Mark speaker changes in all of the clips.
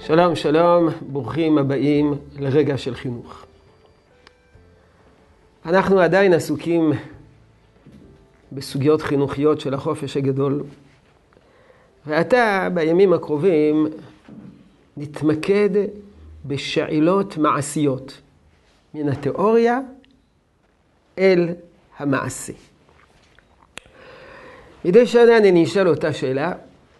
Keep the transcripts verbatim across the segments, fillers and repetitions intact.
Speaker 1: שלום, שלום, ברוכים הבאים לרגע של חינוך. אנחנו עדיין עסוקים בסוגיות חינוכיות של החופש הגדול, ועתה בימים הקרובים נתמקד בשאלות מעשיות, מן התיאוריה אל המעשה. מדי שנה אני אשאל אותה שאלה,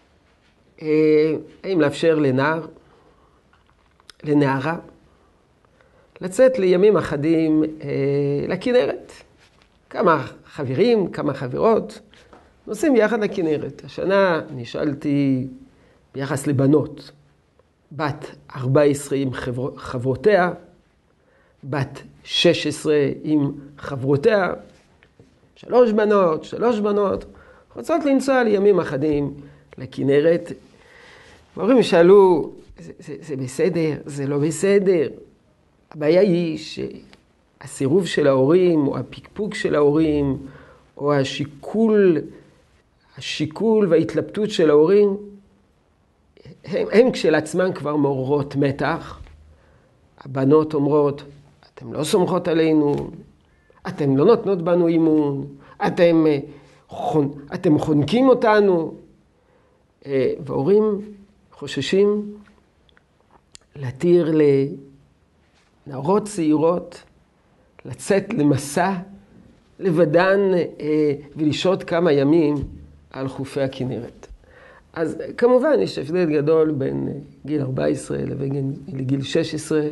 Speaker 1: האם לאפשר לנער, לנערה, לצאת לימים אחדים לכנרת. כמה חברים, כמה חברות, נוסעים ביחד לכנרת. השנה נשאלתי ביחס לבנות, בת ארבע עשרה עם חבר, חברותיה, בת שש עשרה עם חברותיה, שלוש בנות, שלוש בנות, רוצות לנסוע לימים אחדים לכנרת. וההורים שאלו, זה, זה, זה בסדר, זה לא בסדר. הבעיה היא שהסירוב של ההורים, או הפיקפוק של ההורים, או השיקול, השיקול וההתלבטות של ההורים, הם, הם כשלעצמם כבר מעוררות מתח. הבנות אומרות, אתם לא סומכות עלינו, אתם לא נותנות בנו אימון, אתם, אתם חונקים אותנו. וההורים חוששים להתיר לנערות צעירות לצאת למסע לבדן ולשהות כמה ימים על חופי הכנרת. אז כמובן יש הבדל גדול בין גיל ארבע עשרה לבין גיל שש עשרה.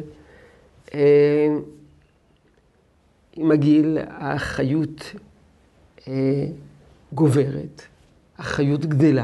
Speaker 1: עם הגיל החיות גוברת, החיות גדלה,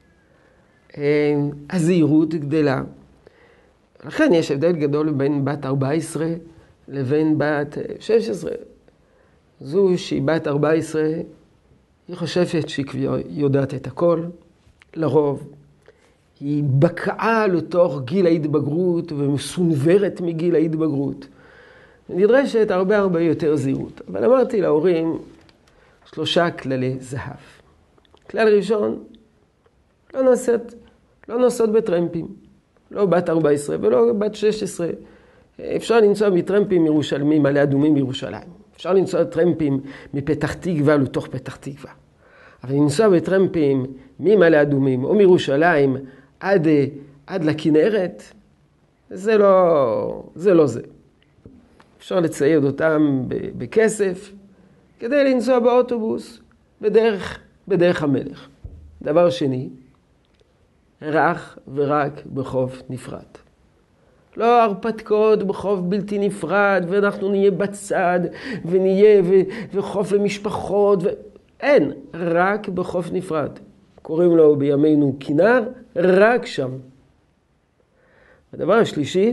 Speaker 1: הזהירות גדלה. לכן יש הבדל גדול בין בת ארבע עשרה לבין בת שש עשרה. זו שהיא בת ארבע עשרה, היא חושבת שהיא כבר יודעת את הכל. לרוב היא בקעה לתוך גיל ההתבגרות ומסונברת מגיל ההתבגרות. נדרשת הרבה הרבה יותר זהירות. אבל אמרתי להורים שלושה כללי זהב. כלל ראשון, לא נוסעות, לא נוסעות בטרמפים. לא בת ארבע עשרה ולא בת שש עשרה. אפשר לנסוע בטרמפים ירושלמים, מעלה אדומים בירושלים. אפשר לנסוע בטרמפים מפתח תקווה לתוך פתח תקווה. אבל לנסוע בטרמפים ממעלה אדומים או מירושלים עד, עד לכנרת, זה לא זה. לא זה. אפשר לצייד אותם בכסף כדי לנסוע באוטובוס בדרך, בדרך המלך. דבר שני, רך ורק בחוף נפרד. לא הרפתקאות בחוף בלתי נפרד, ואנחנו נהיה בצד, ונהיה ו- וחוף למשפחות, ו... אין, רק בחוף נפרד. קוראים לו בימינו כינר, רק שם. הדבר השלישי,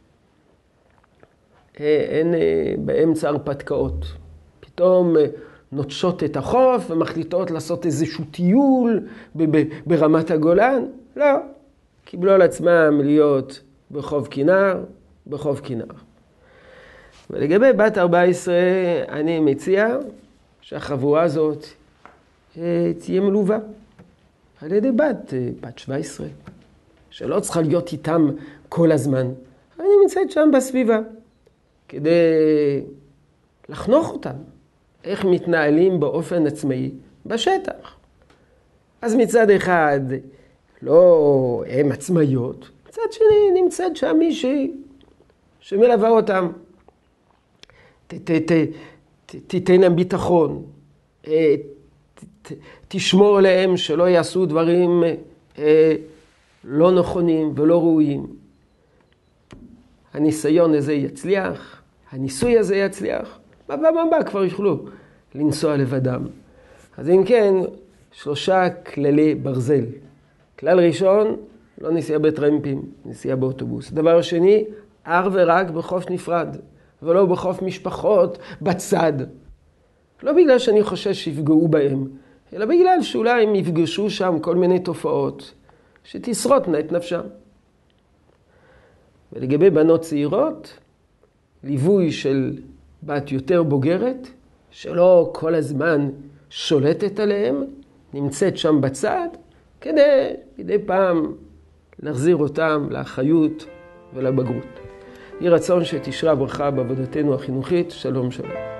Speaker 1: אין באמצע הרפתקאות. פתאום נוטשות את החוף ומחליטות לעשות איזשהו טיול ב- ב- ברמת הגולן. לא, קיבלו על עצמם להיות בחוף כינר, בחוף כינר. ולגבי בת ארבע עשרה, אני מציע שהחבורה הזאת תהיה מלווה על ידי בת, בת שבע עשרה, שלא צריכה להיות איתם כל הזמן. אני נמצאת שם בסביבה, כדי לחנוך אותם, איך מתנהלים באופן עצמאי בשטח. אז מצד אחד, לא הם עצמאיות, מצד שני נמצאת שם מישהי שמלווה אותם. תיתן להם ביטחון, תשמור עליהם שלא יעשו דברים לא נכונים ולא ראויים. הניסיון הזה יצליח, הניסוי הזה יצליח, בפעם הבאה כבר יוכלו לנסוע לבדם. אז אם כן, שלושה כללי ברזל. כלל ראשון, לא נסיעה בטרמפים, נסיעה באוטובוס. דבר שני, אך ורק בחוף נפרד, ולא בחוף משפחות בצד. לא בגלל שאני חושש שיפגעו בהם, אלא בגלל שאולי הם יפגשו שם כל מיני תופעות שתשרותנה את נפשם. ולגבי בנות צעירות, ליווי של בת יותר בוגרת, שלא כל הזמן שולטת עליהם, נמצאת שם בצד, כדי מדי פעם נחזיר אותם לאחריות ולבגרות. יהי רצון שתשרה ברכה בעבודתנו החינוכית. שלום שלום.